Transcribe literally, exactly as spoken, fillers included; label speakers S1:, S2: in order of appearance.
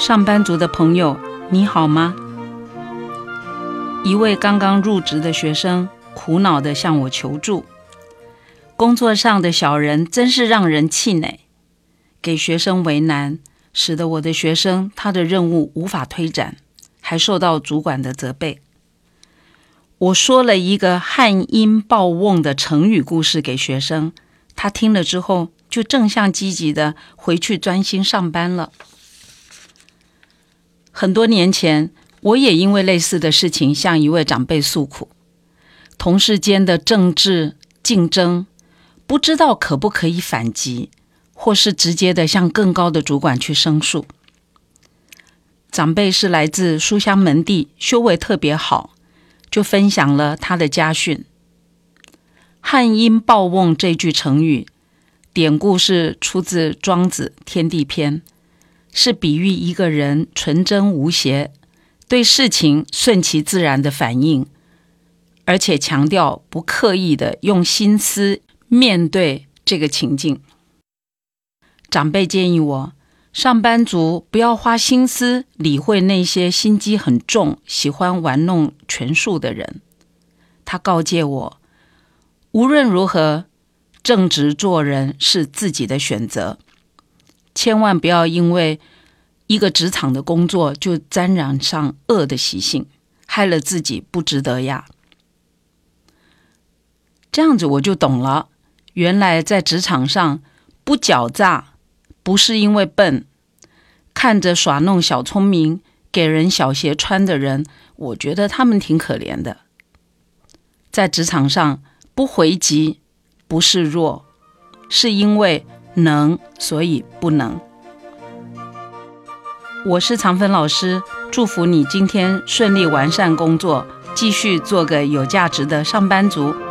S1: 上班族的朋友，你好吗？一位刚刚入职的学生苦恼地向我求助，工作上的小人真是让人气馁，给学生为难，使得我的学生他的任务无法推展，还受到主管的责备。我说了一个汉阴抱瓮的成语故事给学生，他听了之后就正向积极的回去专心上班了。很多年前，我也因为类似的事情向一位长辈诉苦，同事间的政治竞争，不知道可不可以反击，或是直接的向更高的主管去申诉。长辈是来自书香门第，修为特别好，就分享了他的家训。汉阴抱瓮这句成语典故是出自庄子《天地篇》，是比喻一个人纯真无邪，对事情顺其自然的反应，而且强调不刻意的用心思面对这个情境。长辈建议我，上班族不要花心思理会那些心机很重、喜欢玩弄权术的人。他告诫我，无论如何，正直做人是自己的选择，千万不要因为一个职场的工作就沾染上恶的习性，害了自己不值得呀。这样子我就懂了，原来在职场上不狡诈不是因为笨，看着耍弄小聪明给人小鞋穿的人，我觉得他们挺可怜的。在职场上不回击不是弱，是因为能所以不能。我是常芬老师，祝福你今天顺利完善工作，继续做个有价值的上班族。